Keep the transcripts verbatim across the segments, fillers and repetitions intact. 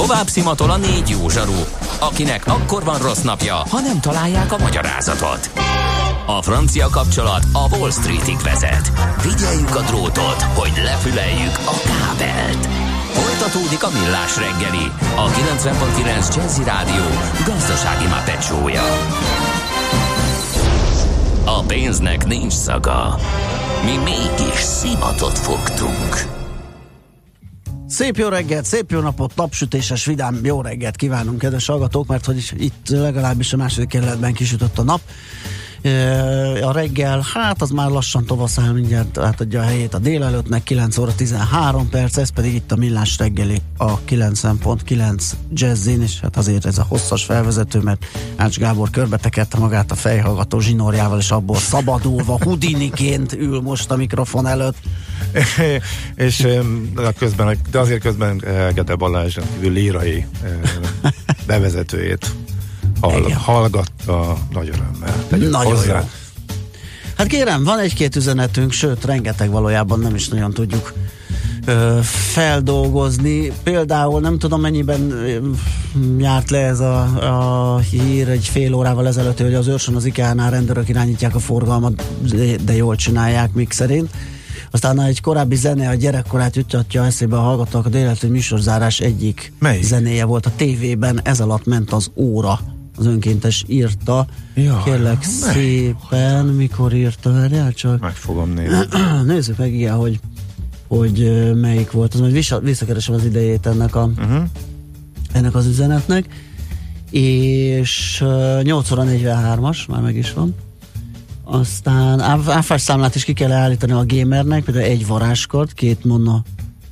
Tovább szimatol a négy jó zsaru, akinek akkor van rossz napja, ha nem találják a magyarázatot. A francia kapcsolat a Wall Streetig vezet. Figyeljük a drótot, hogy lefüleljük a kábelt. Folytatódik a Millás reggeli, a kilencven pont kilenc Jazzy Rádió gazdasági mápecsója. A pénznek nincs szaga. Mi mégis szimatot fogtunk. Szép jó reggelt, szép jó napot, napsütéses, vidám jó reggelt kívánunk, kedves hallgatók, mert hogy itt legalábbis a második kerületben kisütött a nap. A reggel, hát az már lassan tovaszáll, mindjárt átadja a helyét a délelőttnek, kilenc óra tizenhárom perc, ez pedig itt a Millás reggeli, a kilencven pont kilenc Jazzin, és hát azért ez a hosszas felvezető, mert Ács Gábor körbetekerte magát a fejhallgató zsinórjával, és abból szabadulva Houdiniként ül most a mikrofon előtt. és közben, de azért közben Gede Balázs lírai bevezetőjét Hall, hallgatta nagy örömmel. Nagyon hozzá. Jó. Hát kérem, van egy-két üzenetünk, sőt, rengeteg, valójában nem is nagyon tudjuk ö, feldolgozni. Például nem tudom, mennyiben ö, járt le ez a, a hír egy fél órával ezelőtt, hogy az Őrsön az IKEA-nál rendőrök irányítják a forgalmat, de, de jól csinálják mik szerint. Aztán egy korábbi zene a gyerekkorát jutatja eszébe a hallgatók, a délelőtti műsorzárás egyik Melyik? zenéje volt a tévében, ez alatt ment az óra. Az önkéntes írta. Jaj, kérlek szépen, mikor írta, várjál csak. Meg fogom nézni. Nézzük meg, igen, hogy, hogy melyik volt. Az majd vissza, visszakeresem az idejét ennek, a, uh-huh. ennek az üzenetnek. És nyolc óra negyvenhármas, már meg is van. Aztán áfás számlát is ki kell állítani a gamernek, például egy varázskard, két monna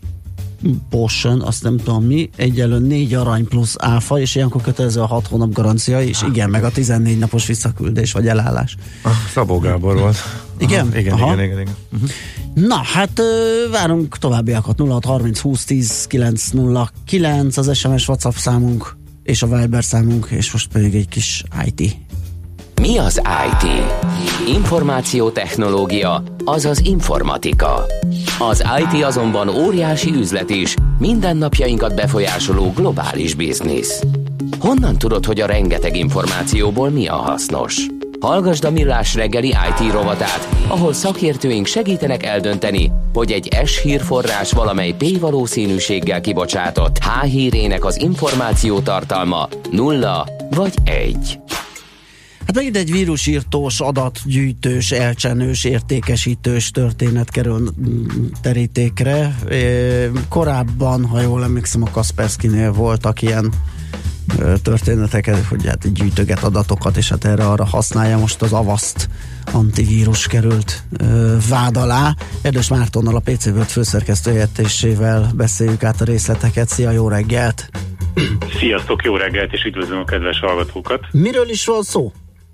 Potion, azt nem tudom mi, egyelően négy arany plusz áfa, és ilyenkor kötelező a hat hónap garancia, és igen, meg a tizennégy napos visszaküldés, vagy elállás. Ah, Szabó Gábor volt. Igen? Aha, igen, igen, igen, igen. Uh-huh. Na, hát várunk továbbiakat. Nulla hat harminc húsz tíz kilenc nulla kilenc az es em es WhatsApp számunk, és a Viber számunk, és most pedig egy kis i té. Mi az i té? Információtechnológia, azaz informatika. Az i té azonban óriási üzlet is, mindennapjainkat befolyásoló globális biznisz. Honnan tudod, hogy a rengeteg információból mi a hasznos? Hallgasd a Millás reggeli i té rovatát, ahol szakértőink segítenek eldönteni, hogy egy S hírforrás valamely P valószínűséggel kibocsátott H hírének az információ tartalma nulla vagy egy. Hát megint egy vírusírtós, adatgyűjtős, elcsenős, értékesítős történet kerül terítékre. Korábban, ha jól emlékszem, a Kasperskynél voltak ilyen történeteket, hogy hát gyűjtöget adatokat, és hát erre arra használja. Most az Avast antivírus került vád alá. Erdős Mártonnal, a pé cé World főszerkesztő helyettesével beszéljük át a részleteket. Szia, jó reggelt! Sziasztok, jó reggelt, és üdvözlöm a kedves hallgatókat! Miről is van szó?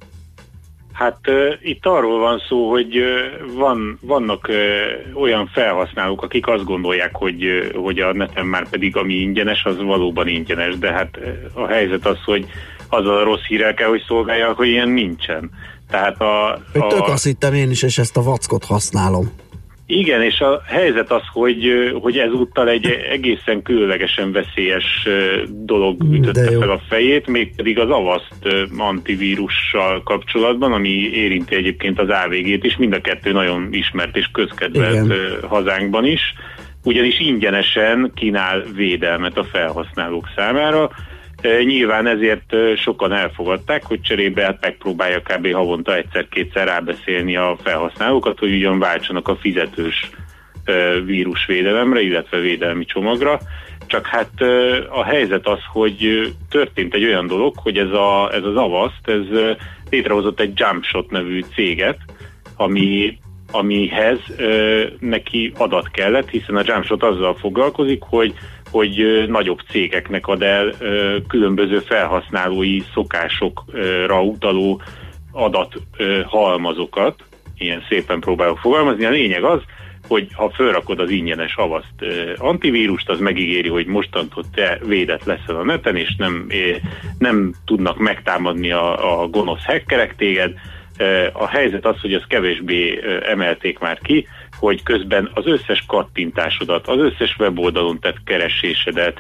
Hát uh, itt arról van szó, hogy uh, van, vannak uh, olyan felhasználók, akik azt gondolják, hogy, uh, hogy a neten már pedig ami ingyenes, az valóban ingyenes, de hát uh, a helyzet az, hogy az a rossz hírrel kell, hogy szolgálja, hogy ilyen nincsen. Tehát a... a... Tök azt hittem én is, és ezt a vackot használom. Igen, és a helyzet az, hogy, hogy ezúttal egy egészen különlegesen veszélyes dolog ütötte fel a fejét, mégpedig az Avast antivírussal kapcsolatban, ami érinti egyébként az á vé gét is, mind a kettő nagyon ismert és közkedvelt hazánkban is, ugyanis ingyenesen kínál védelmet a felhasználók számára. Nyilván ezért sokan elfogadták, hogy cserébe hát megpróbálja kb. Havonta egyszer-kétszer rábeszélni a felhasználókat, hogy ugyan váltsanak a fizetős vírusvédelemre, illetve védelmi csomagra. Csak hát a helyzet az, hogy történt egy olyan dolog, hogy ez, a, ez az Avast, ez létrehozott egy Jumpshot nevű céget, ami, amihez neki adat kellett, hiszen a Jumpshot azzal foglalkozik, hogy hogy nagyobb cégeknek ad el különböző felhasználói szokásokra utaló adathalmazokat, ilyen szépen próbálok fogalmazni. A lényeg az, hogy ha felrakod az ingyenes Avast antivírust, az megígéri, hogy mostantól te védett leszel a neten, és nem, nem tudnak megtámadni a, a gonosz hackerek téged. A helyzet az, hogy azt kevésbé emelték már ki, hogy közben az összes kattintásodat, az összes weboldalon tett keresésedet,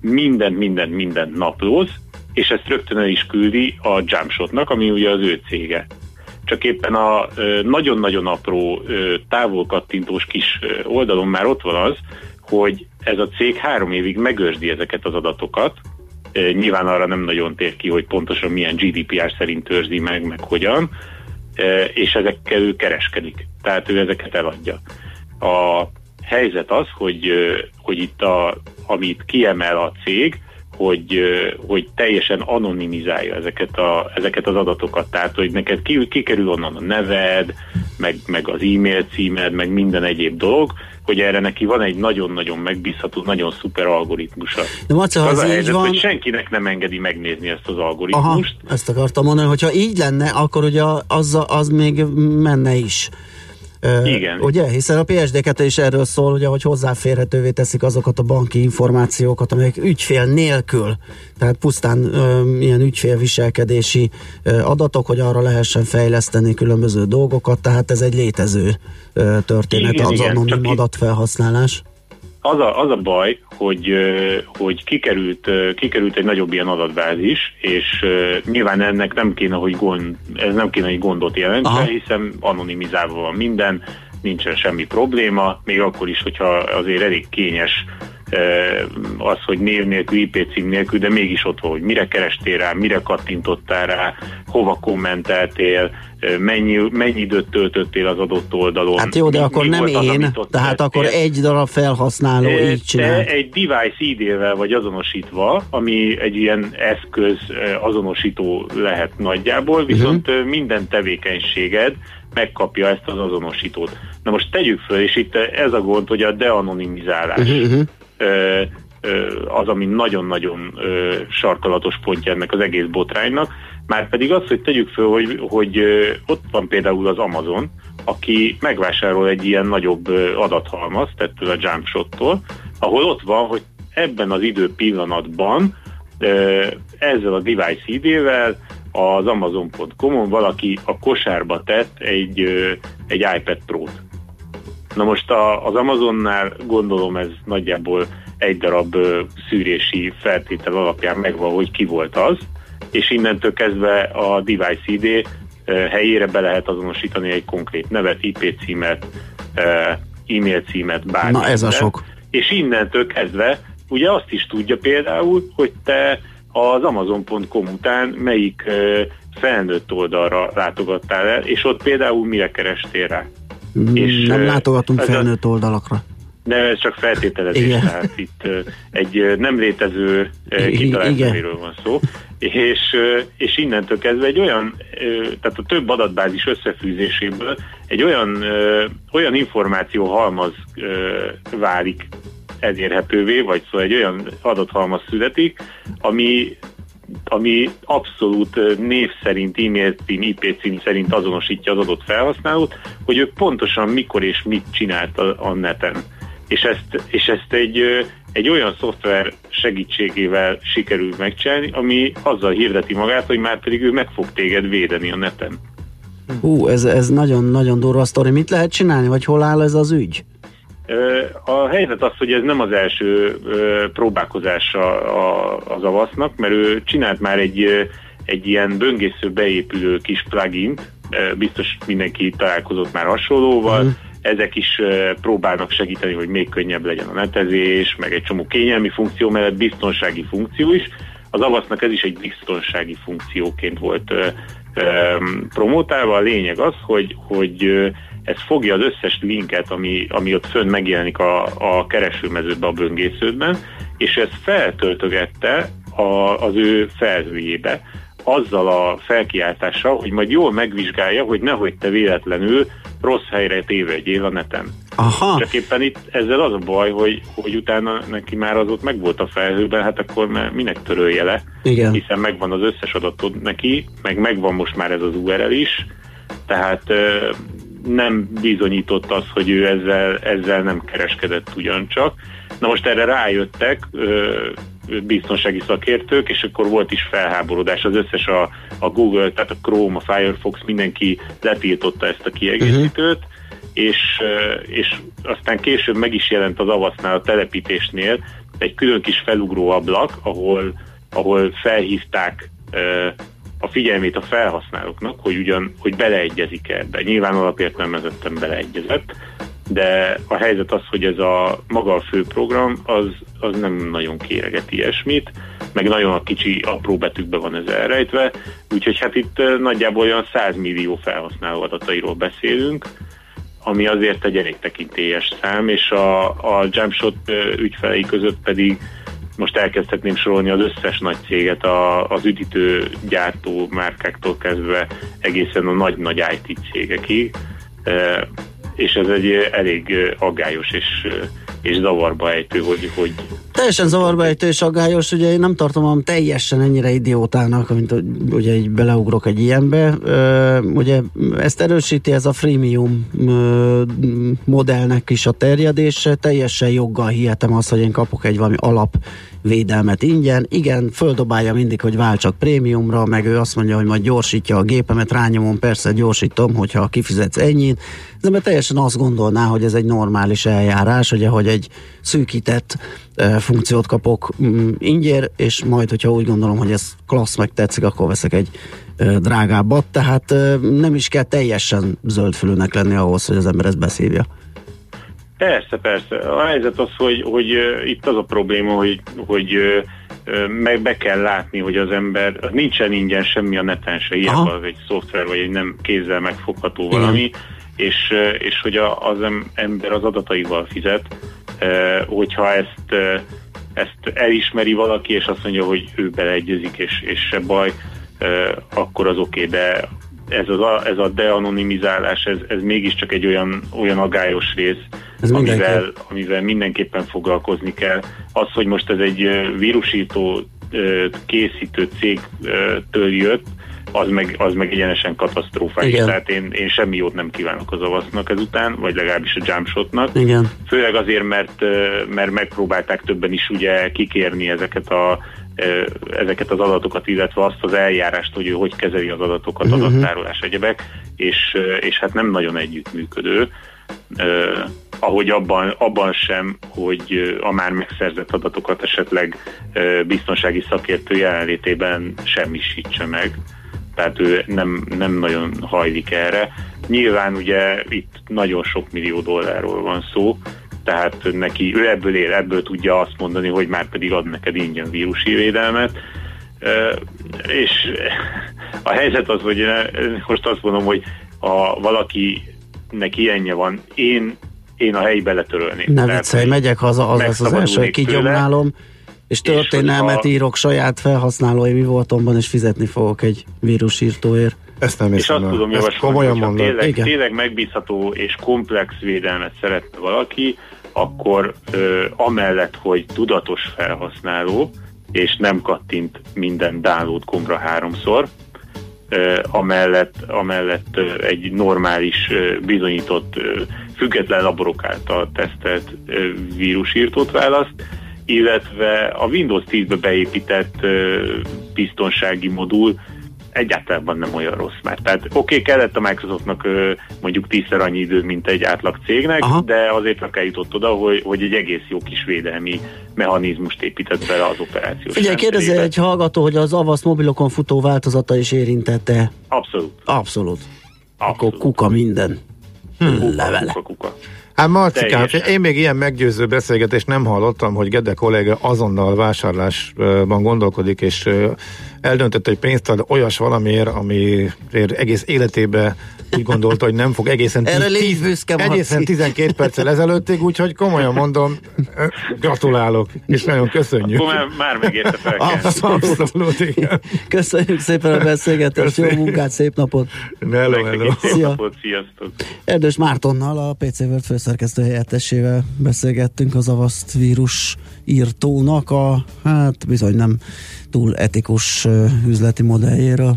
mindent, mindent, mindent naplóz, és ezt rögtön el is küldi a Jumpshotnak, ami ugye az ő cége. Csak éppen a nagyon-nagyon apró távolkattintós kis oldalon már ott van az, hogy ez a cég három évig megőrzi ezeket az adatokat. Nyilván arra nem nagyon tér ki, hogy pontosan milyen gé dé pé er szerint őrzi meg, meg hogyan, és ezekkel ő kereskedik. Tehát ő ezeket eladja. A helyzet az, hogy, hogy itt a, amit kiemel a cég, hogy, hogy teljesen anonimizálja ezeket, a, ezeket az adatokat, tehát hogy neked ki, kikerül onnan a neved, meg, meg az e-mail címed, meg minden egyéb dolog, hogy erre neki van egy nagyon-nagyon megbízható, nagyon szuper algoritmusa. De Marca, az a így helyzet, van... hogy senkinek nem engedi megnézni ezt az algoritmust. Aha, ezt akartam mondani, hogyha így lenne, akkor ugye az, az még menne is. Igen. Uh, ugye, hiszen a pé es dé kettő is erről szól, ugye, hogy hozzáférhetővé teszik azokat a banki információkat, amelyek ügyfél nélkül, tehát pusztán uh, ilyen ügyfélviselkedési uh, adatok, hogy arra lehessen fejleszteni különböző dolgokat, tehát ez egy létező uh, történet, igen, az igen, anonim adatfelhasználás. Az a, az a baj, hogy, hogy kikerült, kikerült egy nagyobb ilyen adatbázis, és nyilván ennek nem kéne, hogy gond, ez nem kéne, hogy gondot jelentsen, hiszen anonimizálva van minden, nincsen semmi probléma, még akkor is, hogyha azért elég kényes az, hogy név nélkül, i pé cím nélkül, de mégis ott van, hogy mire kerestél rá, mire kattintottál rá, hova kommenteltél, mennyi, mennyi időt töltöttél az adott oldalon. Hát jó, de mi, akkor mi nem én, az, tehát akkor egy darab felhasználó e, így csinál. Egy device í dé-vel vagy azonosítva, ami egy ilyen eszköz azonosító lehet nagyjából, viszont uh-huh. minden tevékenységed megkapja ezt az azonosítót. Na most tegyük föl, és itt ez a gond, hogy a deanonimizálás uh-huh. az, ami nagyon-nagyon sarkalatos pontja ennek az egész botránynak, már pedig az, hogy tegyük föl, hogy, hogy ott van például az Amazon, aki megvásárol egy ilyen nagyobb adathalmazt ettől a Jumpshottól, ahol ott van, hogy ebben az idő pillanatban ezzel a device í dé-vel az amazon pont com-on valaki a kosárba tett egy, egy iPad Pro-t. Na most a, az Amazonnál gondolom ez nagyjából egy darab szűrési feltétel alapján megvan, hogy ki volt az, és innentől kezdve a device í dé helyére be lehet azonosítani egy konkrét nevet, i pé címet, e-mail címet, bármit. Na ez a sok. És innentől kezdve ugye azt is tudja például, hogy te az amazon pont com után melyik felnőtt oldalra látogattál el, és ott például mire kerestél rá. Mm, és nem látogatunk felnőtt oldalakra. De ez csak feltételezés, igen. Tehát itt egy nem létező kitalálásáról van szó, és, és innentől kezdve egy olyan, tehát a több adatbázis összefűzéséből egy olyan, olyan információ halmaz válik elérhetővé, vagy szóval egy olyan adathalmaz születik, ami, ami abszolút név szerint, e-mail cím, i pé cím szerint azonosítja az adott felhasználót, hogy ő pontosan mikor és mit csinált a, a neten. És ezt, és ezt egy, egy olyan szoftver segítségével sikerül megcsinálni, ami azzal hirdeti magát, hogy már pedig ő meg fog téged védeni a neten. Hú, ez, ez nagyon-nagyon durva sztori. Mit lehet csinálni, vagy hol áll ez az ügy? A helyzet az, hogy ez nem az első próbálkozása az avasznak, mert ő csinált már egy, egy ilyen böngésző beépülő kis plugint, biztos mindenki találkozott már hasonlóval, mm. Ezek is próbálnak segíteni, hogy még könnyebb legyen a netezés, meg egy csomó kényelmi funkció mellett biztonsági funkció is. Az avasznak ez is egy biztonsági funkcióként volt promótálva. A lényeg az, hogy, hogy ez fogja az összes linket, ami, ami ott fönn megjelenik a, a keresőmezőben, a böngésződben, és ez feltöltögette a, az ő felhőjébe, azzal a felkiáltással, hogy majd jól megvizsgálja, hogy nehogy te véletlenül rossz helyre tévedjél a neten. Aha. Csak éppen itt ezzel az a baj, hogy, hogy utána neki már az ott megvolt a felhőben, hát akkor már minek törölje le, igen. Hiszen megvan az összes adatod neki, meg megvan most már ez az u er el is, tehát nem bizonyított az, hogy ő ezzel, ezzel nem kereskedett ugyancsak. Na most erre rájöttek biztonsági szakértők, és akkor volt is felháborodás. Az összes a, a Google, tehát a Chrome, a Firefox, mindenki letiltotta ezt a kiegészítőt, uh-huh. és, és aztán később meg is jelent az avasznál a telepítésnél egy külön kis felugró ablak, ahol, ahol felhívták a figyelmét a felhasználóknak, hogy ugyan, hogy beleegyezik ebbe. Nyilván alapértelmezetten beleegyezett, de a helyzet az, hogy ez a maga a főprogram, az, az nem nagyon kéreget ilyesmit, meg nagyon a kicsi apró betűkbe van ez elrejtve, úgyhogy hát itt nagyjából olyan száz millió felhasználó adatairól beszélünk, ami azért egy elég tekintélyes szám, és a, a Jumpshot ügyfelei között pedig most elkezdhetném sorolni az összes nagy céget, a, az üdítő gyártó márkáktól kezdve egészen a nagy-nagy i té cégekig, e, és ez egy elég aggályos és, és zavarba ejtő, hogy, hogy... Teljesen zavarba ejtő és aggályos, ugye én nem tartom teljesen ennyire idiótának, mint ugye így beleugrok egy ilyenbe. Ö, ugye ezt erősíti ez a freemium ö, modellnek is a terjedése, teljesen joggal hihetem azt, hogy én kapok egy valami alapvédelmet ingyen. Igen, földobálja mindig, hogy váltsak prémiumra, meg ő azt mondja, hogy majd gyorsítja a gépemet, rányomom, persze gyorsítom, hogyha kifizetsz ennyit, de mert teljesen azt gondolná, hogy ez egy normális eljárás, ugye, hogy egy szűkített e, funkciót kapok mm, ingyen, és majd, hogyha úgy gondolom, hogy ez klassz, meg tetszik, akkor veszek egy e, drágábbat, tehát e, nem is kell teljesen zöldfülűnek lenni ahhoz, hogy az ember ezt beszívja. Persze, persze. A helyzet az, hogy, hogy uh, itt az a probléma, hogy, hogy uh, meg be kell látni, hogy az ember, nincsen ingyen semmi a neten se, ilyen az egy szoftver, vagy egy nem kézzel megfogható valami, igen. és, uh, és hogy a, az ember az adataival fizet, uh, hogyha ezt, uh, ezt elismeri valaki, és azt mondja, hogy ő beleegyezik, és, és se baj, uh, akkor az oké, okay, de ez, az a, ez a de-anonimizálás, ez, ez mégiscsak egy olyan, olyan aggályos rész, amivel, amivel mindenképpen foglalkozni kell. Az, hogy most ez egy vírusírtó készítő cégtől jött, az meg, az meg egyenesen katasztrófás. Igen. Tehát én, én semmi jót nem kívánok az avasznak ezután, vagy legalábbis a Jumpshotnak. Igen. Főleg azért, mert, mert megpróbálták többen is ugye kikérni ezeket a ezeket az adatokat, illetve azt az eljárást, hogy ő hogy kezeli az adatokat, uh-huh. adattárolás egyebek, és, és hát nem nagyon együttműködő. Uh, ahogy abban, abban sem, hogy a már megszerzett adatokat esetleg uh, biztonsági szakértő jelenlétében semmisítse meg. Tehát ő nem, nem nagyon hajlik erre. Nyilván ugye itt nagyon sok millió dollárról van szó, tehát neki, ő ebből él, ebből tudja azt mondani, hogy már pedig ad neked ingyen vírusvédelmet. Uh, és a helyzet az, hogy most azt mondom, hogy ha valakinek ilyenje van, én, én a helybe letörölném. Ne viccelj, megyek haza, az lesz az első, hogy kigyomnálom, és történelmet írok saját felhasználói mi voltomban, és fizetni fogok egy vírusírtóért. Ezt nem és azt tudom javasolni, hogyha tényleg, tényleg megbízható és komplex védelmet szeretne valaki, akkor ö, amellett, hogy tudatos felhasználó, és nem kattint minden download gombra háromszor, ö, amellett, amellett ö, egy normális, ö, bizonyított, ö, független laborok által tesztelt ö, vírusírtót választ, illetve a Windows tízbe beépített ö, biztonsági modul egyáltalán nem olyan rossz már. Tehát oké, okay, kellett a Microsoftnak ö, mondjuk tízszer annyi idő, mint egy átlag cégnek, aha. de azért meg eljutott oda, hogy, hogy egy egész jó kis védelmi mechanizmust épített bele az operációs. Figyelj, kérdezi egy hallgató, hogy az Avast mobilokon futó változata is érintette. Abszolút. Abszolút. Abszolút. Akkor kuka minden. Hm. Levele. Kuka, kuka. Hát Marcikám, én még ilyen meggyőző beszélgetést nem hallottam, hogy Gede kolléga azonnal vásárlásban gondolkodik, és eldöntött, hogy pénzt ad olyas valamiért, amiért egész életében úgy gondolta, hogy nem fog egészen, tíz, egészen tizenkét perccel ezelőttig, úgyhogy komolyan mondom, gratulálok, és nagyon köszönjük. Akkor már, már megérte fel Abszolút, igen. Köszönjük szépen a beszélgetést, jó munkát, szép napot! Hello, hello. Szép napot, sziasztok! Erdős Mártonnal, a pé cé World főszerkesztő helyettesével beszélgettünk az Avast vírus írtónak a, hát bizony nem túl etikus uh, üzleti modelljéről.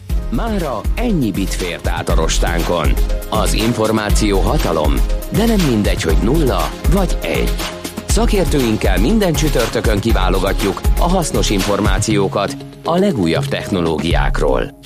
Mára ennyi bit fért át a rostánkon. Az információ hatalom, de nem mindegy, hogy nulla vagy egy. Szakértőinkkel minden csütörtökön kiválogatjuk a hasznos információkat a legújabb technológiákról.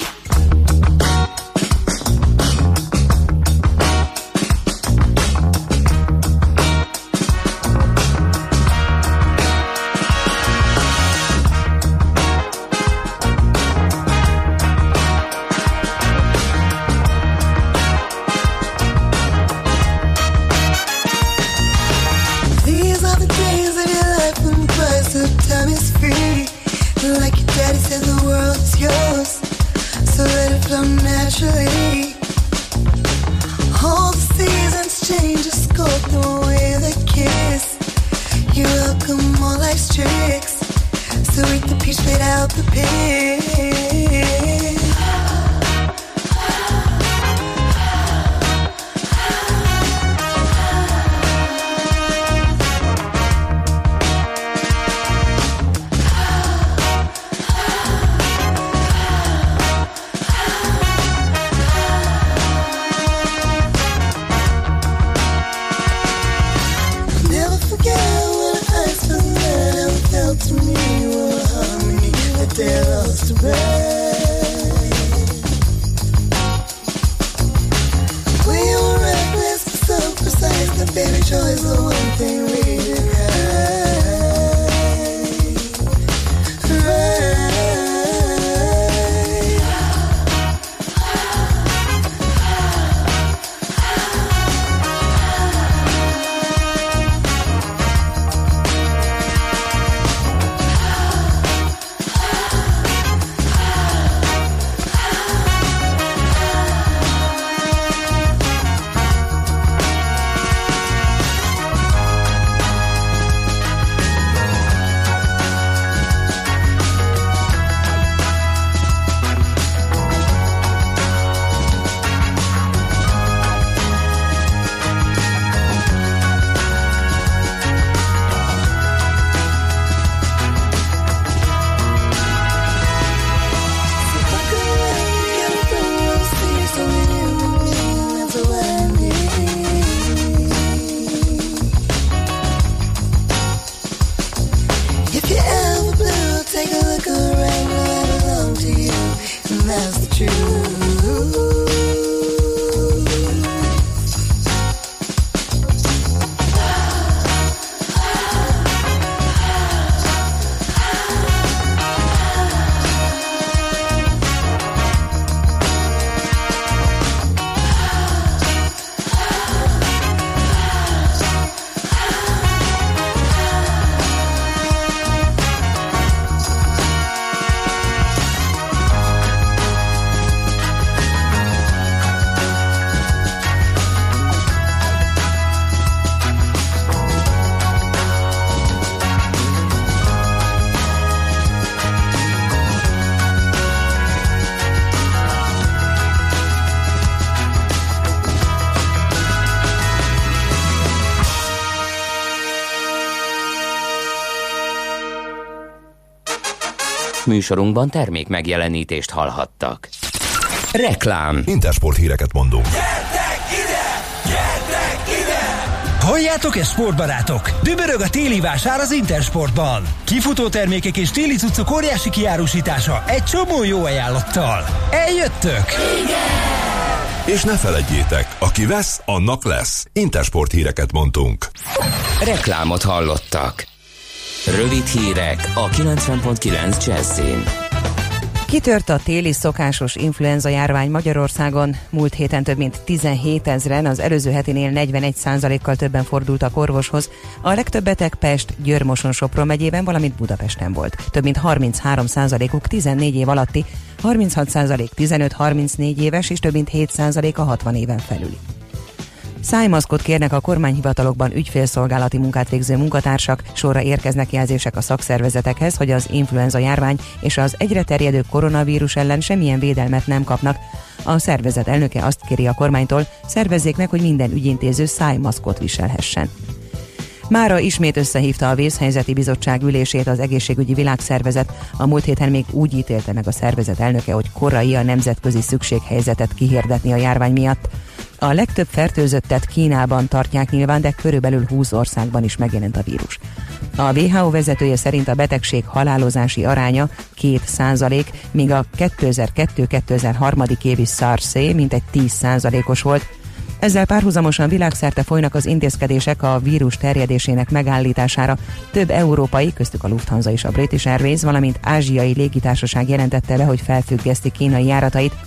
Like your daddy said, the world's yours, so let it flow naturally. All the seasons change the scope, the way they kiss. You welcome all life's tricks, so eat the peach, spit out the pig. They're lost to breath. We were reckless but so precise. The baby choice, the one thing we regret. Right. Műsorunkban termék megjelenítést hallhattak. Reklám. Intersport híreket mondunk. Gyertek ide! Gyertek ide! Halljátok ezt, sportbarátok? Dübörög a téli vásár az Intersportban. Kifutó termékek és téli cuccok óriási kiárusítása egy csomó jó ajánlattal. Eljöttök? Igen! És ne feledjétek, aki vesz, annak lesz. Intersport híreket mondtunk. Reklámot hallottak. Rövid hírek a kilencven pont kilenc Jazzin. Kitört a téli szokásos influenza járvány Magyarországon. Múlt héten több mint tizenhétezren, az előző hetinél negyvenegy százalékkal többen fordultak orvoshoz. A legtöbb beteg Pest, Győr-Moson-Sopron megyében, valamint Budapesten volt. Több mint harminchárom százalékuk tizennégy év alatti, harminchat százalék tizenöt-harmincnégy éves, és több mint hét százalék a hatvan éven felüli. Szájmaszkot kérnek a kormányhivatalokban ügyfélszolgálati munkát végző munkatársak, sorra érkeznek jelzések a szakszervezetekhez, hogy az influenza járvány és az egyre terjedő koronavírus ellen semmilyen védelmet nem kapnak. A szervezet elnöke azt kéri a kormánytól, szervezzék meg, hogy minden ügyintéző szájmaszkot viselhessen. Mára ismét összehívta a Vészhelyzeti Bizottság ülését az Egészségügyi Világszervezet. A múlt héten még úgy ítélte meg a szervezet elnöke, hogy korai a nemzetközi szükséghelyzetet kihirdetni a járvány miatt. A legtöbb fertőzöttet Kínában tartják nyilván, de körülbelül húsz országban is megjelent a vírus. A dupla vé há ó vezetője szerint a betegség halálozási aránya két százalék, míg a kétezer-kettő-kétezer-három évi SARS-é mintegy tíz százalékos volt. Ezzel párhuzamosan világszerte folynak az intézkedések a vírus terjedésének megállítására. Több európai, köztük a Lufthansa és a British Airways, valamint ázsiai légitársaság jelentette be, hogy felfüggeszti kínai járatait.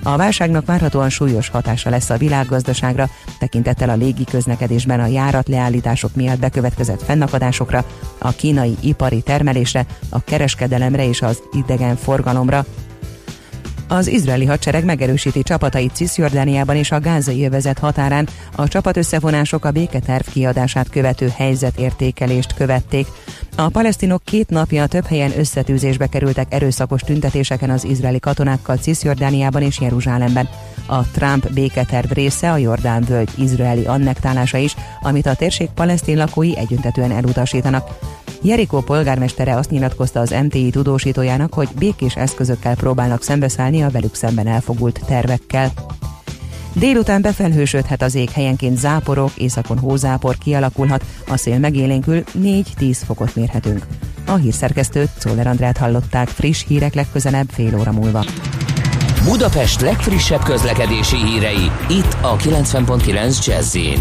A válságnak várhatóan súlyos hatása lesz a világgazdaságra, tekintettel a légi közlekedésben a járatleállítások miatt bekövetkezett fennakadásokra, a kínai ipari termelésre, a kereskedelemre és az idegenforgalomra. Az izraeli hadsereg megerősíti csapatait Ciszjordániában és a gázai övezet határán. A csapatösszevonások a béketerv kiadását követő helyzetértékelést követték. A palesztinok két napja több helyen összetűzésbe kerültek erőszakos tüntetéseken az izraeli katonákkal Ciszjordániában és Jeruzsálemben. A Trump béketerv része a Jordán-völgy izraeli annektálása is, amit a térség palesztin lakói egyöntetűen elutasítanak. Jerikó polgármestere azt nyilatkozta az em té i tudósítójának, hogy békés eszközökkel próbálnak szembeszállni a velük szemben elfogult tervekkel. Délután befelhősödhet az ég, helyenként záporok, északon hózápor kialakulhat, a szél megélénkül, négy-tíz fokot mérhetünk. A hírszerkesztőt, Czoller Andrát hallották, friss hírek legközelebb fél óra múlva. Budapest legfrissebb közlekedési hírei, itt a kilencven pont kilenc Jazz-in.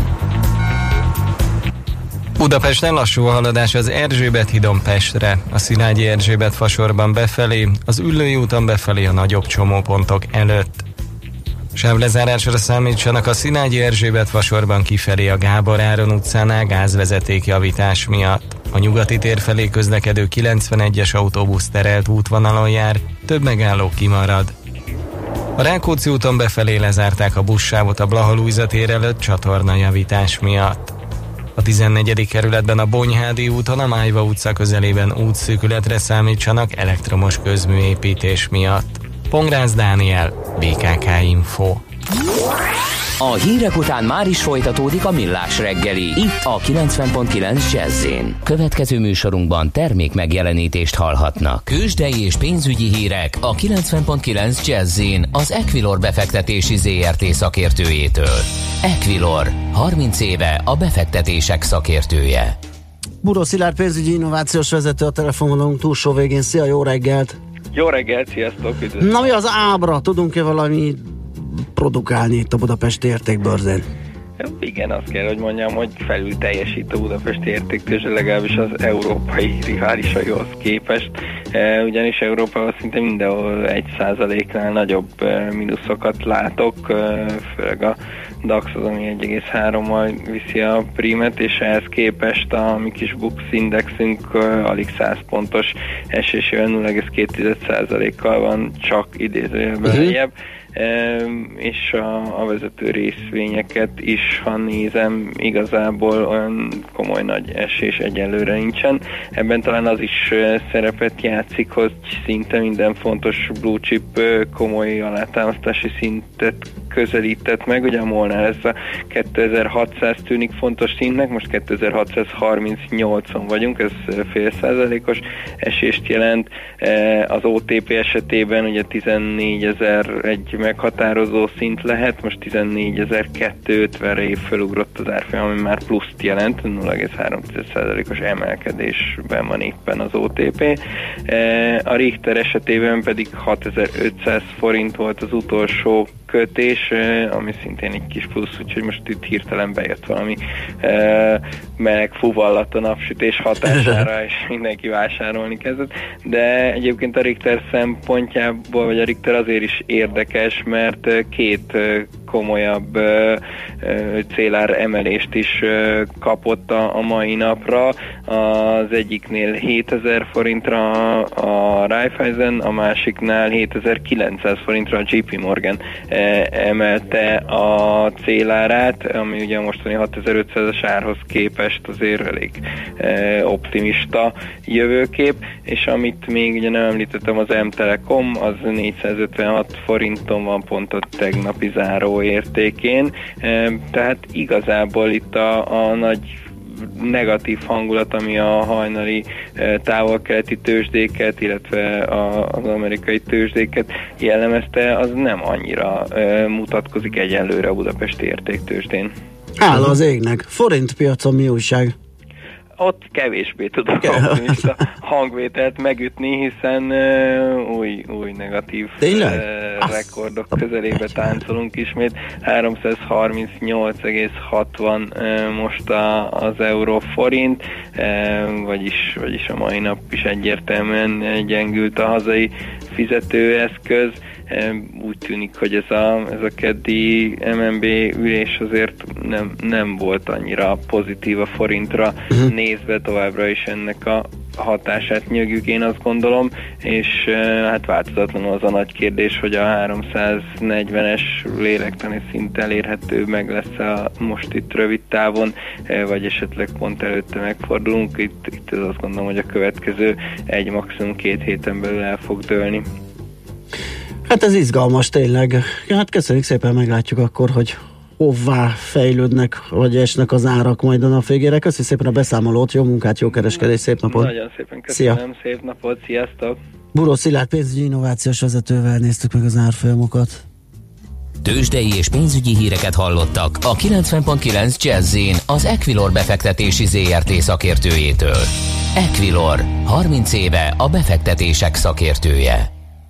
Budapesten lassú a haladás az Erzsébet hídon Pestre, a Szilágyi Erzsébet fasorban befelé, az Üllői úton befelé a nagyobb csomópontok előtt. Sávlezárásra számítsanak a Szilágyi Erzsébet fasorban kifelé a Gábor Áron utcánál gázvezetékjavítás miatt. A nyugati tér felé közlekedő kilencvenegyes autóbusz terelt útvonalon jár, több megálló kimarad. A Rákóczi úton befelé lezárták a buszsávot a Blaha-Lujza tér előtt csatornajavítás miatt. A tizennegyedik kerületben a Bonyhádi úton a Májva utca közelében útszűkületre számítsanak elektromos közműépítés miatt. Pongrász Dániel, bé ká ká Info. A hírek után már is folytatódik a Millás reggeli, itt a kilencven pont kilenc Jazz-in. Következő műsorunkban termék megjelenítést hallhatnak. Kősdei és pénzügyi hírek a kilencven pont kilenc Jazz-in az Equilor befektetési zé er té szakértőjétől. Equilor, harminc éve a befektetések szakértője. Buró Szilárd pénzügyi innovációs vezető a telefonvonalunk túlsó végén. Szia, jó reggelt! Jó reggelt, sziasztok! Üdvözlök. Na mi az ábra? Tudunk-e valami produkálni itt a Budapesti Értékbörzén? Igen, azt kell, hogy mondjam, hogy felül teljesít a Budapesti Értéktőzsde, legalábbis az európai riválisaihoz képest, ugyanis Európában szinte mindenhol egy százaléknál nagyobb mínuszokat látok, főleg a DAX az, ami egy egész hárommal viszi a prímet, és ehhez képest a mi kis Bux indexünk alig száz pontos esésével nulla egész két százalékkal van csak idézőjelben lejjebb. És a, a vezető részvényeket is, ha nézem, igazából olyan komoly nagy esés egyelőre nincsen. Ebben talán az is szerepet játszik, hogy szinte minden fontos blue chip komoly alátámasztási szintet közelített meg. Ugye a MOL-nál ez a kétezer-hatszáz tűnik fontos szintnek, most kétezer-hatszázharmincnyolcon vagyunk, ez fél százalékos esést jelent. Az o té pé esetében ugye tizennégyezer-egy meghatározó szint lehet, most tizennégyezer-kétszázötvenre év felugrott az árfolyam, ami már pluszt jelent, nulla egész három százalékos emelkedésben van éppen az o té pé. A Richter esetében pedig hatezer-ötszáz forint volt az utolsó kötés, ami szintén egy kis plusz, úgyhogy most itt hirtelen bejött valami e, meleg fuvallat a napsütés hatására, és mindenki vásárolni kezdett. De egyébként a Richter szempontjából, vagy a Richter azért is érdekes, mert két komolyabb e, célár emelést is e, kapott a, a mai napra. Az egyiknél hétezer forintra a Raiffeisen, a másiknál hétezer-kilencszáz forintra a jé pé Morgan emelte a célárát, ami ugye a mostani hatezer-ötszázas árhoz képest azért elég e, optimista jövőkép, és amit még ugye nem említettem, az M-Telekom, az négyszázötvenhat forinton van pont a tegnapi záró értékén, e, tehát igazából itt a, a nagy negatív hangulat, ami a hajnali távol-keleti tőzsdéket, illetve a, az amerikai tőzsdéket jellemezte, az nem annyira e, mutatkozik egyelőre a budapesti értéktőzsdén. Áll az égnek. Forintpiacon mi újság? Ott kevésbé tudok optimista hangvételt megütni, hiszen uh, új, új negatív uh, rekordok közelébe táncolunk ismét. háromszázharmincnyolc egész hatvan uh, most a, az euró forint, uh, vagyis, vagyis a mai nap is egyértelműen gyengült a hazai fizetőeszköz. Úgy tűnik, hogy ez a, ez a keddi em en bé ülés azért nem, nem volt annyira pozitív a forintra uh-huh. nézve, továbbra is ennek a hatását nyögjük, én azt gondolom, és hát változatlanul az a nagy kérdés, hogy a háromszáznegyvenes lélektani szint elérhető meg lesz a most itt rövid távon, vagy esetleg pont előtte megfordulunk. Itt, itt az azt gondolom, hogy a következő egy, maximum két héten belül el fog dőlni. Hát ez izgalmas tényleg. Ja, hát köszönjük szépen, meglátjuk akkor, hogy hová fejlődnek, vagy esnek az árak majd a nap végére. Köszönjük szépen a beszámolót, jó munkát, jó kereskedés, szép napot! Nagyon szépen köszönöm, Szia. Szép napot, sziasztok! Buró Szilárd pénzügyi innovációs vezetővel néztük meg az árfolyamokat. Tőzsdei és pénzügyi híreket hallottak a kilencven pont kilenc Jazz-in az Equilor befektetési zé er té szakértőjétől. Equilor, harminc éve a befektetések szakértője.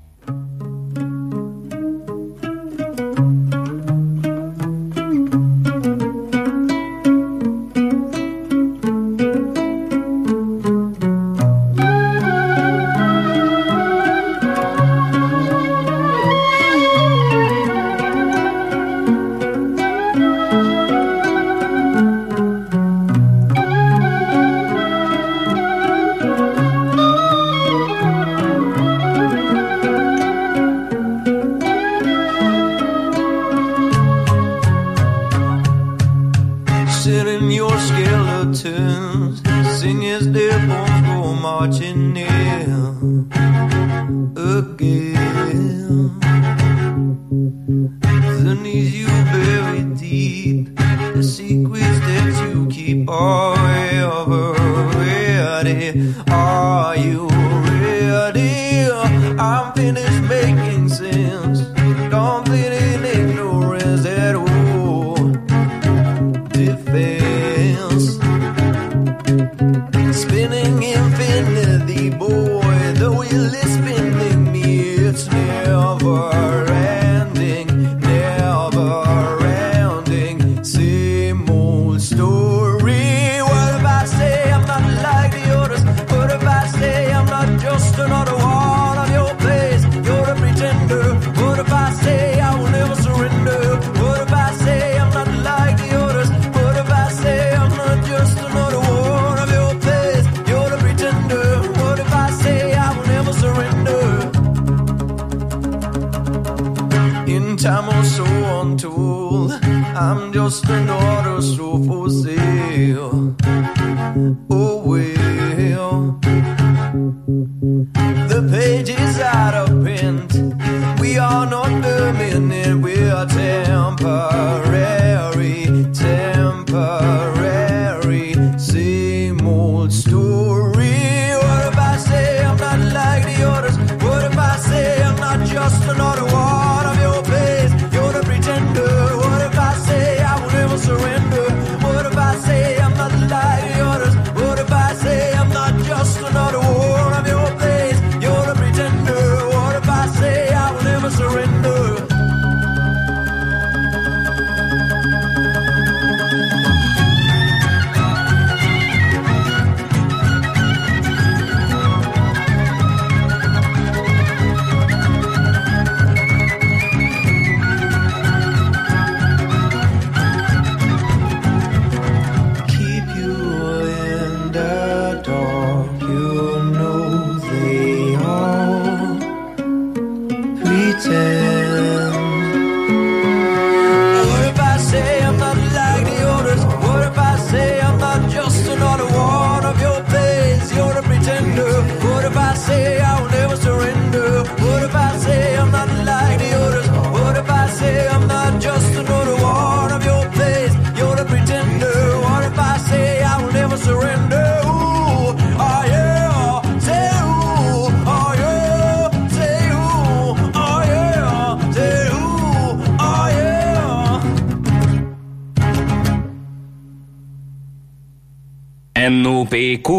en o pé kú,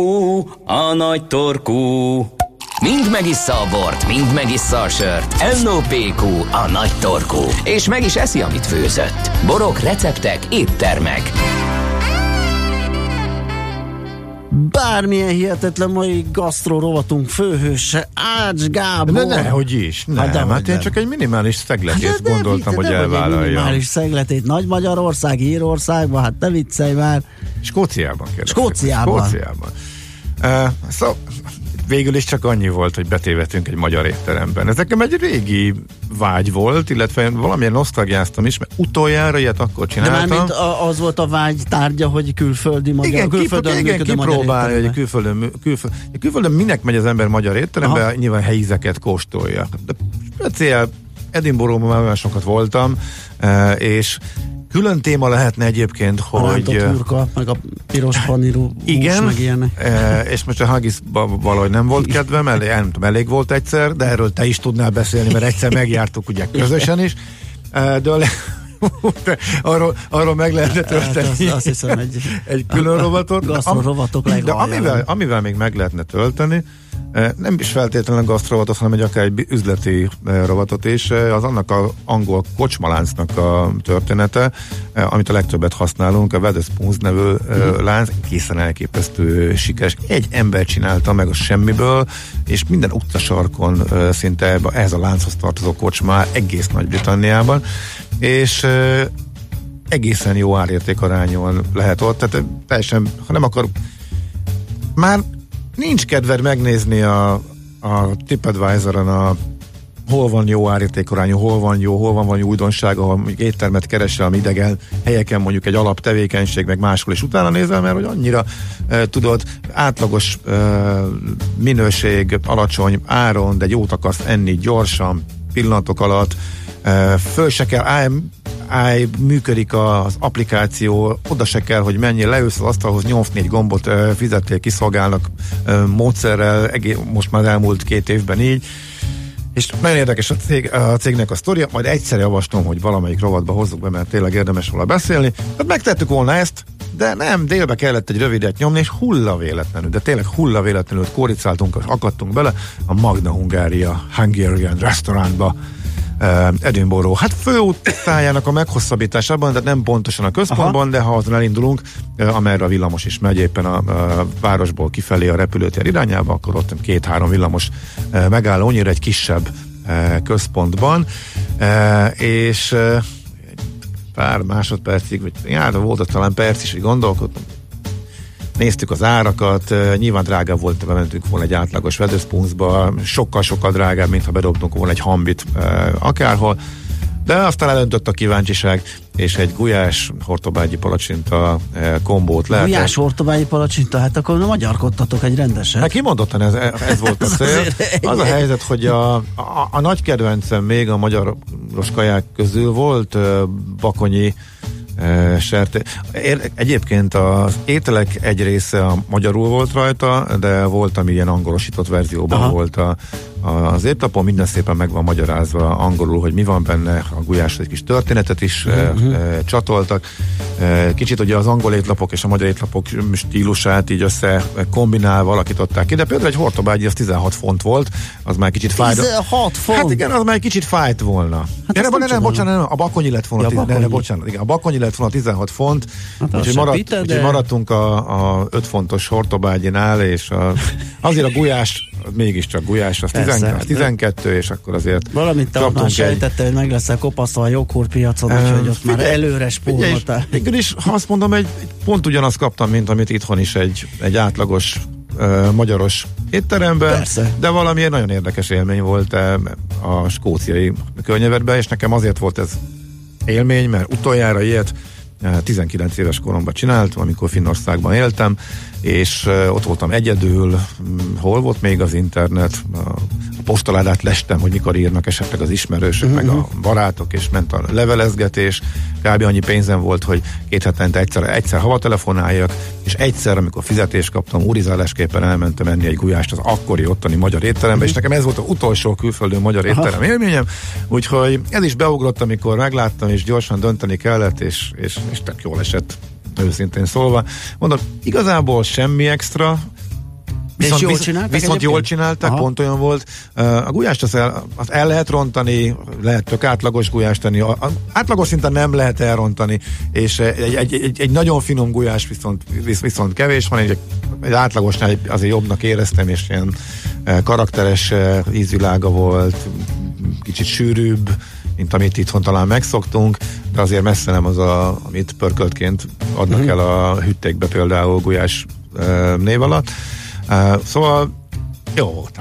a nagy torkú. Mind megissza a bort, mind megissza a sört. en o pé kú, a nagy torkú. És meg is eszi, amit főzött. Borok, receptek, éttermek. bármilyen hihetetlen mai gasztró rovatunk főhőse, Ács Gábor. De nehogy is, nem, hát, hát, hát én csak egy minimális szegletét hát, gondoltam, hogy elvállalja. Egy minimális szegletét Nagy Magyarország, Írországban, hát ne viccelj már. Skóciában kérdezik. Skóciában. Skóciában. Uh, szóval végül is csak annyi volt, hogy betévetünk egy magyar étteremben. Ez nekem egy régi vágy volt, illetve valamilyen nosztalgiáztam is, mert utoljára ilyet akkor csináltam. De mármint az volt a vágy tárgya, hogy külföldi magyar, igen, külföldön igen, kipróbálni, hogy külföldön, külföldön, külföldön minek megy az ember magyar étterembe, aha, nyilván helyi ízeket kóstolja. De speciál Edinburghban már olyan sokat voltam, és külön téma lehetne egyébként, hogy... A rántott hurka, meg a piros panírú igen, hús, meg ilyenek. E, és most a haggis-ba valahogy nem volt kedvem, elég, nem tudom, elég volt egyszer, de erről te is tudnál beszélni, mert egyszer megjártuk ugye közösen is. E, de, de arról, arról meg lehetne tölteni hát azt, azt hiszem egy, egy külön rovatot. Gasztrorovatok de amivel, amivel még meg lehetne tölteni, nem is feltétlenül gasztrorovatot, hanem egy akár egy üzleti rovatot is, az annak az angol kocsmaláncnak a története, amit a legtöbbet használunk, a Wetherspoons nevű uh-huh. lánc, készen elképesztő sikeres. Egy ember csinálta meg a semmiből, és minden utcasarkon szinte ehhez a lánchoz tartozó kocsma egész Nagy-Britanniában, és egészen jó árértékarányon lehet ott, tehát teljesen, ha nem akar már nincs kedved megnézni a, a TripAdvisoron a hol van jó árértékarányú, hol van jó, hol van valami újdonság, ahol éttermet keresel, ami idegen helyeken mondjuk egy alaptevékenység, meg máshol is utána nézel, mert hogy annyira e, tudod, átlagos e, minőség, alacsony áron, de jót akarsz enni gyorsan, pillanatok alatt, e, föl se kell, áll, áll, működik az applikáció, oda se kell, hogy mennyi, leülsz az asztalhoz, nyomsz négy gombot, e, fizettél, kiszolgálnak e, módszerrel, egész, most már elmúlt két évben így. És nagyon érdekes a, cég, a cégnek a sztoria, majd egyszer javaslom, hogy valamelyik rovatba hozzuk be, mert tényleg érdemes róla beszélni. Tehát megtettük volna ezt, de nem, délbe kellett egy rövidet nyomni, és hulla véletlenül, de tényleg hulla véletlenül kóricáltunk, és akadtunk bele a Magna Hungária Hungarian Restaurantba, uh, Edinburgh. Hát főúttájának a meghosszabbításában, tehát nem pontosan a központban, aha, de ha azon elindulunk, uh, amerre a villamos is megy éppen a, a városból kifelé a repülőtér irányába, akkor ott két-három villamos uh, megálló, annyira egy kisebb uh, központban, uh, és uh, pár másodpercig, vagy já, volt ott talán perc is, hogy gondolkodtam. Néztük az árakat, nyilván drágább volt, bementünk volna egy átlagos Wetherspoonsba, sokkal-sokkal drágább, mintha bedobtunk volna egy Hambit akárhol, de aztán elöntött a kíváncsiság, és egy gulyás hortobágyi palacsinta kombót lehet. Gulyás hortobágyi palacsinta, hát akkor nem magyarkodtatok egy rendeset. Hát kimondottan ez, ez volt a cél. Az a helyzet, hogy a, a, a nagy kedvencem még a magyaros kaják közül volt bakonyi serté. Egyébként az ételek egy része a magyarul volt rajta, de volt, ami ilyen angolosított verzióban aha, volt a, a, az étlapon, minden szépen meg van magyarázva angolul, hogy mi van benne, a gulyásra egy kis történetet is uh-huh. e, csatoltak. E, kicsit ugye az angol étlapok és a magyar étlapok stílusát így össze kombinálva alakították ki, de például egy hortobágyi az tizenhat font volt, az már kicsit fájt. tizenhat font? Hát igen, az már kicsit fájt volna. Hát ja, nem, nem, nem, bocsánat, nem, a bakonyi lett volna, ja, tiz, bakonyi. Ne, ne, bocsánat, igen, a bakonyi lett volna tizenhat font, hát úgyhogy maradt, pita, de... maradtunk a, a öt fontos hortobágyinál, és a, azért a gulyás, mégiscsak gulyás, az, persze, az tizenkettő, és akkor azért valamit te már sejtette, hogy meg leszel kopasztva a joghurtpiacon, um, úgyhogy ott figyelj, már előre spóroltál. Mégis, ha azt mondom, egy, pont ugyanazt kaptam, mint amit itthon is egy, egy átlagos uh, magyaros étteremben, persze, de valamiért nagyon érdekes élmény volt uh, a skóciai környezetben, és nekem azért volt ez élmény, mert utoljára ilyet tizenkilenc éves koromban csináltam, amikor Finnországban éltem, és uh, ott voltam egyedül, hol volt még az internet, a, a postaládát lestem, hogy mikor írnak esetleg az ismerősök, uh-huh, meg a barátok, és ment a levelezgetés, kb. Annyi pénzem volt, hogy két hetente egyszer, egyszer hava telefonáljak, és egyszer, amikor fizetést kaptam, úrizálásképpen elmentem enni egy gulyást az akkori ottani magyar étterembe, uh-huh, és nekem ez volt az utolsó külföldön magyar étterem élményem, úgyhogy ez is beugrott, amikor megláttam, és gyorsan dönteni kellett, és, és, és tök jól esett, őszintén szólva. Mondom, igazából semmi extra, Viszont, jól visz, csinálták viszont egyébként? jól csinálták, Aha. pont olyan volt. A gulyást azt el, azt el lehet rontani, lehet tök átlagos gulyást tenni. A, a, átlagos szinten nem lehet elrontani, és egy, egy, egy, egy nagyon finom gulyás viszont, viszont kevés van, egy, egy átlagosnál azért jobbnak éreztem, és ilyen karakteres ízvilága volt, kicsit sűrűbb, mint amit itthon talán megszoktunk, de azért messze nem az, a, amit pörköltként adnak uh-huh. el a hüttékbe például gulyás uh, név alatt. Uh, szóval jó volt.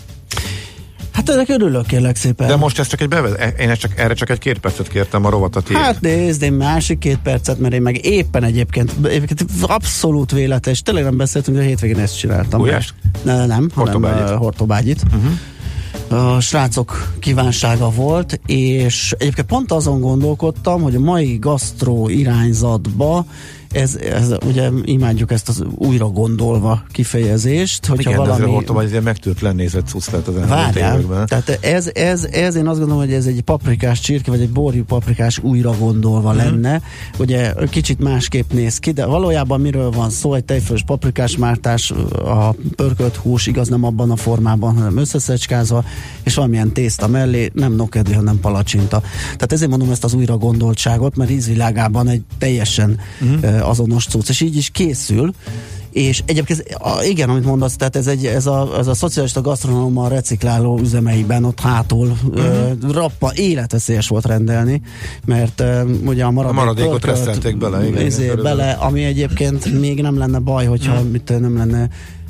Hát ennek örülök, kérlek szépen. De most ez csak egy bevezet, én ezt csak, erre csak egy két percet kértem a rovatat. Hát nézd, én másik két percet, mert én meg éppen egyébként, egyébként abszolút véletlen, és tényleg nem beszéltünk, de a hétvégén ezt csináltam. Gulyást? Ne, nem, Hortobágyit. hanem uh, hortobágyit. Uh-huh. A srácok kívánsága volt, és egyébként pont azon gondolkodtam, hogy a mai gasztró irányzatba ez, ez ugye imádjuk ezt az újra gondolva kifejezést, hogyha igen, valami... Igen, hortobágy azért megtűrt lennézett cucc lehet az elmúlt években. Tehát ez, ez, ez én azt gondolom, hogy ez egy paprikás csirke, vagy egy borjú paprikás újra gondolva mm. lenne. Ugye kicsit másképp néz ki, de valójában miről van szó? Egy tejfölös paprikás mártás, a pörkölt hús, igaz nem abban a formában, hanem összeszecskázva, és valamilyen tészta mellé, nem nokkedli, hanem palacsinta. Tehát ezért mondom ezt az újra gondoltságot, mert ízvilágában egy teljesen mm. azonos cucc, és így is készül, és egyébként igen, amit mondasz, tehát ez, egy, ez, a, ez a szocialista gasztronóma recikláló üzemeiben ott hátul uh-huh. uh, rappa életveszélyes volt rendelni, mert uh, ugye a maradék a maradékot reszelték bele, igen, igen, bele, ami egyébként még nem lenne baj, hogyha uh-huh. mit, nem lenne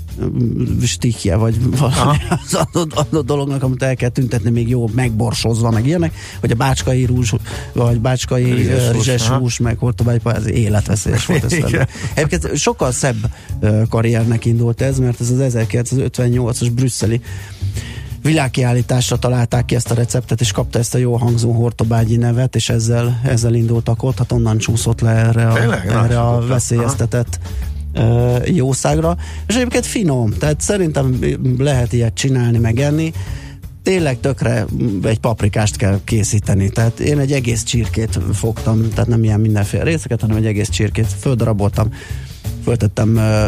stikje, vagy valami az adott, adott dolognak, amit el kell tüntetni, még jó megborsozva, meg ilyenek, hogy a bácskai rúzs, vagy bácskai rizses, rizses hús, meg hortobágypa, ez életveszélyes volt. Egyébként sokkal szebb uh, karriernek indult ez, mert ez az ezerkilencszázötvennyolcas brüsszeli világkiállításra találták ki ezt a receptet, és kapta ezt a jó hangzó hortobágyi nevet, és ezzel, ezzel indultak ott, hát onnan csúszott le erre a, Tényleg, erre a veszélyeztetett Uh, jószágra, és egyébként finom, tehát szerintem lehet ilyet csinálni, megenni. Tényleg tökre egy paprikást kell készíteni, tehát én egy egész csirkét fogtam, tehát nem ilyen mindenféle részeket, hanem egy egész csirkét földaraboltam, föltettem uh,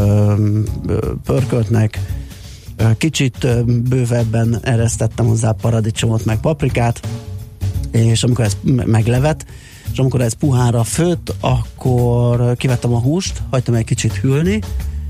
uh, pörköltnek, uh, kicsit uh, bővebben eresztettem hozzá paradicsomot, meg paprikát, és amikor ez meglevet, és amikor ez puhára főtt, akkor kivettem a húst, hagytam egy kicsit hűlni,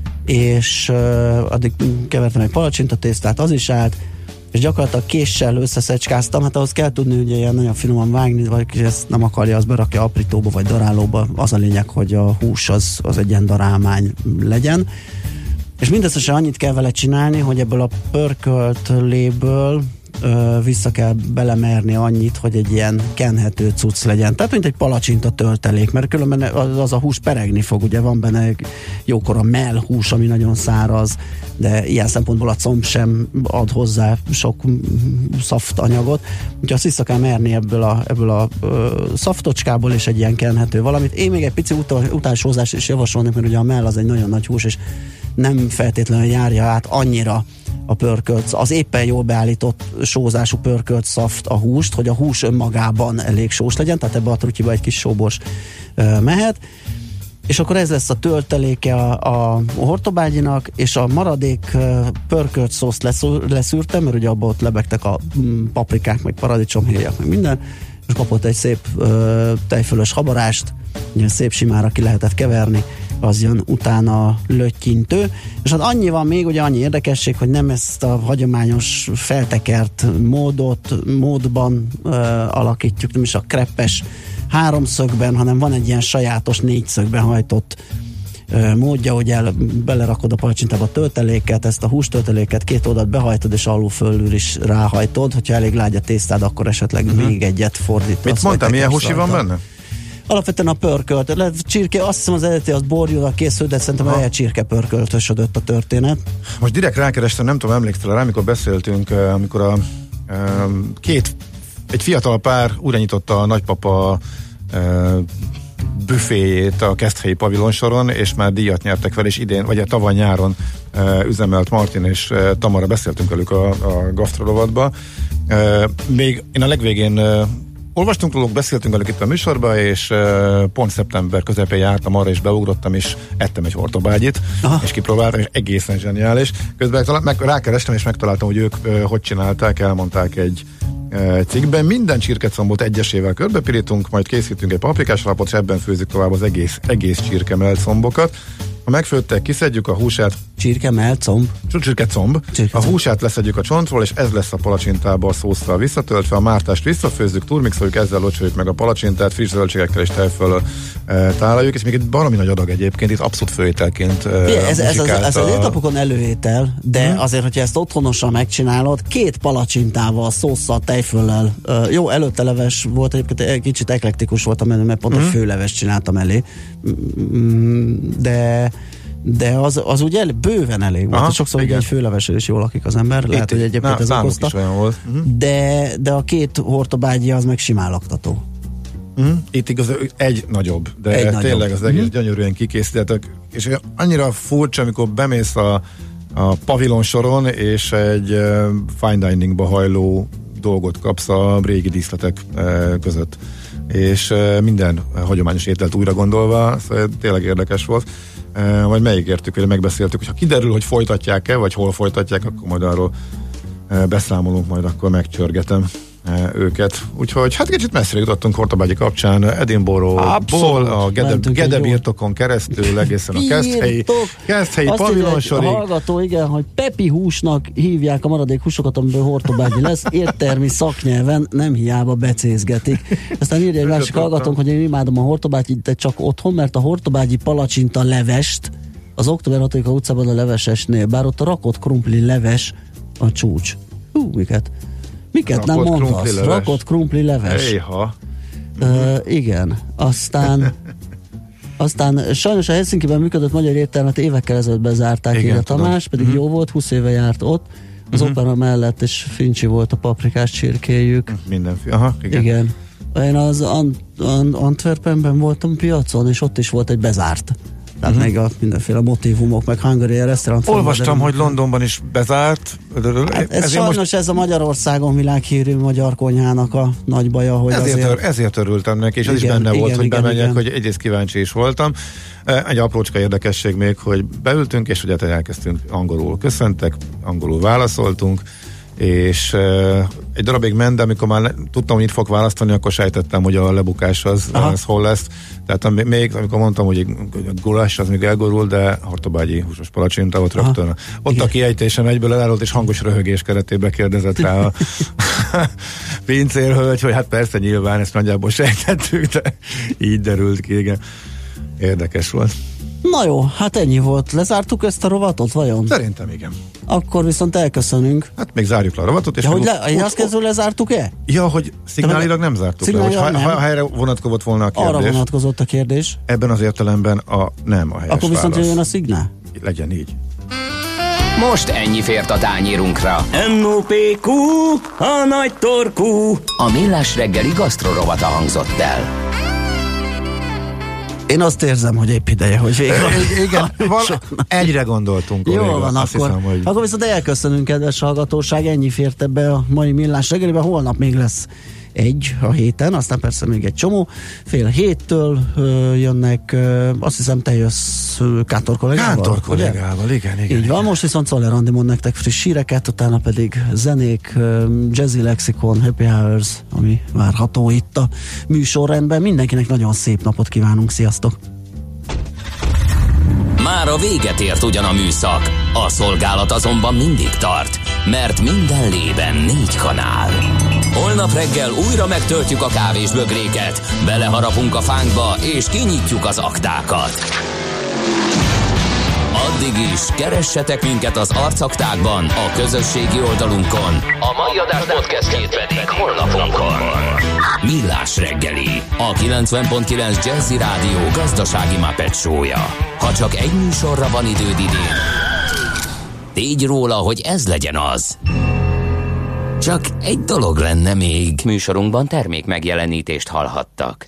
és uh, addig kevertem egy palacsintatésztát, az is állt, és gyakorlatilag késsel összeszecskáztam, hát ahhoz kell tudni ugye ilyen nagyon finoman vágni, vagy aki ezt nem akarja, az berakja aprítóba vagy darálóba, az a lényeg, hogy a hús az, az egy ilyen darálmány legyen. És mindösszesen annyit kell vele csinálni, hogy ebből a pörkölt léből Ö, vissza kell belemerni annyit, hogy egy ilyen kenhető cucc legyen. Tehát, mint egy palacsinta töltelék, mert különben az, az a hús peregni fog, ugye van benne jókora mellhús, ami nagyon száraz, de ilyen szempontból a comb sem ad hozzá sok szaftanyagot. Úgyhogy azt vissza kell merni ebből a, ebből a ö, szaftocskából, és egy ilyen kenhető valamit. Én még egy pici utás, utánshozzást is javasolnék, mert ugye a mell az egy nagyon nagy hús, és nem feltétlenül járja át annyira a pörkölt, az éppen jól beállított sózású pörkölt szaft a húst, hogy a hús önmagában elég sós legyen, tehát ebbe a trutyiba egy kis sóbors uh, mehet, és akkor ez lesz a tölteléke a, a hortobágyinak, és a maradék uh, pörkölt szószt leszúr, leszűrtem, mert ugye abban ott lebegtek a mm, paprikák, meg paradicsomhéjak, meg minden, és kapott egy szép uh, tejfölös habarást, ugye szép simára ki lehetett keverni, az jön utána löttyintő, és hát annyi van még, ugye annyi érdekesség, hogy nem ezt a hagyományos feltekert módot, módban uh, alakítjuk, nem is a kreppes háromszögben, hanem van egy ilyen sajátos négyszögben hajtott uh, módja, hogy el, belerakod a palacsintába a tölteléket, ezt a hústölteléket két oldalt behajtod, és alul fölül is ráhajtod, hogyha elég lágy a tésztád, akkor esetleg uh-huh. még egyet fordítasz. Mit mondtam, milyen húsi van benne? Alapvetően a pörkölt. Le, csirke, azt hiszem az eredeti az borjúnak készült, de szerintem a csirke pörköltösödött a történet. Most direkt rákerestem, nem tudom, emlékszel rá, amikor beszéltünk, amikor a két, egy fiatal pár újra nyitotta a nagypapa büféjét a Keszthelyi pavilonsoron, és már díjat nyertek vele, és idén, vagy a tavaly nyáron üzemelt Martin és Tamara, beszéltünk velük a, a gasztrolovatba. Még én a legvégén olvastunk róluk, beszéltünk velük itt a műsorban, és uh, pont szeptember közepén jártam arra, és beugrottam, és ettem egy hortobágyit, aha, és kipróbáltam, és egészen zseniális. Közben talál, meg, rákerestem, és megtaláltam, hogy ők uh, hogy csinálták, elmondták egy uh, cikkben. Minden csirkecombot egyesével körbepirítunk, majd készítünk egy paprikás alapot, és ebben főzzük tovább az egész, egész csirkemelt combokat. Ha megfőttek, kiszedjük a húsát. Csirkemelt comb. Csirkecomb. A húsát leszedjük a csontról, és ez lesz a palacsintába a szószal visszatöltve. A mártást visszafőzzük, turmixoljuk, ezzel locsoljuk meg a palacsintát, friss zöldségekkel és tejföl e, tálaljuk, és még egy baromi nagy adag egyébként, itt abszolút főételként e, ez, ez, az, ez az étlapokon előétel, de hmm. azért, hogyha ezt otthonosan megcsinálod, két palacsintával, szósszal, tejföllel, e, jó, előtte leves volt, egyébként egy kicsit eklektikus volt a menü, mert pont hmm. egy főleves csináltam elé, de de az, az ugye el, bőven elég volt. Sokszor ugye egy főlevesről is jól lakik az ember. Itt, lehet, hogy egyébként ez okozta. Volt. Uh-huh. De, de a két hortobágyi az meg simán laktató. Uh-huh. Itt igaz, egy nagyobb, de egy tényleg nagyobb. Az egész uh-huh. gyönyörűen kikészítettek. És annyira furcsa, amikor bemész a, a pavilon soron, és egy uh, fine diningba hajló dolgot kapsz a régi díszletek uh, között. És uh, minden hagyományos ételt újra gondolva, szóval tényleg érdekes volt. Uh, majd megígértük, hogy megbeszéltük, hogy ha kiderül, hogy folytatják-e, vagy hol folytatják, akkor majd arról uh, beszámolunk, majd akkor megcsörgetem uh, őket. Úgyhogy hát kicsit messzire jutottunk Hortobágyi kapcsán, Edinburgh-ból, a Gede, Gede birtokon keresztül, egészen a Keszthelyi, Keszthelyi pavilonsorig. A hallgató, igen, hogy Pepi húsnak hívják a maradék húsokat, amiből hortobágyi lesz, értelmi szaknyelven nem hiába becézgetik. Aztán írja egy másik hallgatónk, hogy én imádom a hortobágyit, de csak otthon, mert a hortobágyi palacsinta levest az október hatodika utcában a levesesnél, bár ott a rakott krumpli leves a csúcs. Hú, miket? Miket rakott nem mondasz? Krumpli rakott krumpli leves. Éha. Uh, igen. Aztán aztán sajnos a Helsinkiben működött magyar éttermet évekkel ezelőtt bezárták, igen, a Tamás, pedig uh-huh. jó volt, húsz éve járt ott. Az uh-huh. opera mellett, és fincsi volt a paprikás csirkéjük. Mindenféle. Aha, igen. igen. Én az Ant- Ant- Antwerpenben voltam piacon, és ott is volt egy bezárt. Tehát uh-huh. még a mindenféle motívumok, meg Hungary restaurant. Olvastam, hogy Londonban is bezárt. Hát ez sajnos most... ez a Magyarországon világhírű magyar konyhának a nagy baja, hogy ezért, azért... Ör, ezért örültem neki, és igen, az is benne igen, volt, igen, hogy igen, bemenjek, igen. hogy egyrészt kíváncsi is voltam. Egy aprócska érdekesség még, hogy beültünk, és ugye elkezdtünk angolul köszöntek, angolul válaszoltunk, és uh, egy darabig ment, de amikor már tudtam, hogy itt fog választani, akkor sejtettem, hogy a lebukás az, az hol lesz. Tehát még, amikor mondtam, hogy a gulás az még elgurul, de hortobágyi húsos palacsinta ott rögtön. Ott igen. a kiejtésem egyből elállt, és hangos röhögés keretében kérdezett rá a pincérhölgy, hogy hát persze nyilván ezt nagyjából sejtettük, de így derült ki, igen. Érdekes volt. Na jó, hát ennyi volt. Lezártuk ezt a rovatot, vajon? Szerintem igen. Akkor viszont elköszönünk. Hát még zárjuk le a rovatot. És ja, hogy le, ott, én azt kezdve lezártuk-e? Ja, hogy szignálilag nem zártuk le. Ha, nem. ha erre vonatkozott volna a kérdés. Arra vonatkozott a kérdés. Ebben az értelemben a nem a helyes Akkor viszont válasz. jöjjön a szignál? Legyen így. Most ennyi fért a tányérunkra. em o pé kú, a nagy torkú. A Millás reggeli gasztrorovata hangzott el. Én azt érzem, hogy épp ideje, hogy végre. Igen, val- egyre gondoltunk. Jó van, azt akkor, hiszem, hogy... akkor viszont elköszönünk, kedves hallgatóság, ennyi fért ebbe a mai Millás reggeliben, holnap még lesz egy a héten, aztán persze még egy csomó. Fél héttől ö, jönnek, ö, azt hiszem te jössz Kántor kollégával. Kántor kollégával, igen, igen. Így van, most viszont Czoller Andi mond nektek friss híreket, utána pedig zenék, ö, Jazzy Lexicon, Happy Hours, ami várható itt a műsorrendben. Mindenkinek nagyon szép napot kívánunk, sziasztok! Már a véget ért ugyan a műszak, a szolgálat azonban mindig tart, mert minden lében négy kanál. Holnap reggel újra megtöltjük a kávés bögréket, beleharapunk a fánkba és kinyitjuk az aktákat. Addig is keressetek minket az arcaktákban, a közösségi oldalunkon. A mai adás podcastjét pedig honlapunkon. Millás reggeli, a kilencven pont kilenc Jazzy Rádió gazdasági Muppet show-ja. Ha csak egy műsorra van időd idén, tégy róla, hogy ez legyen az. Csak egy dolog lenne még. Műsorunkban termék megjelenítést hallhattak.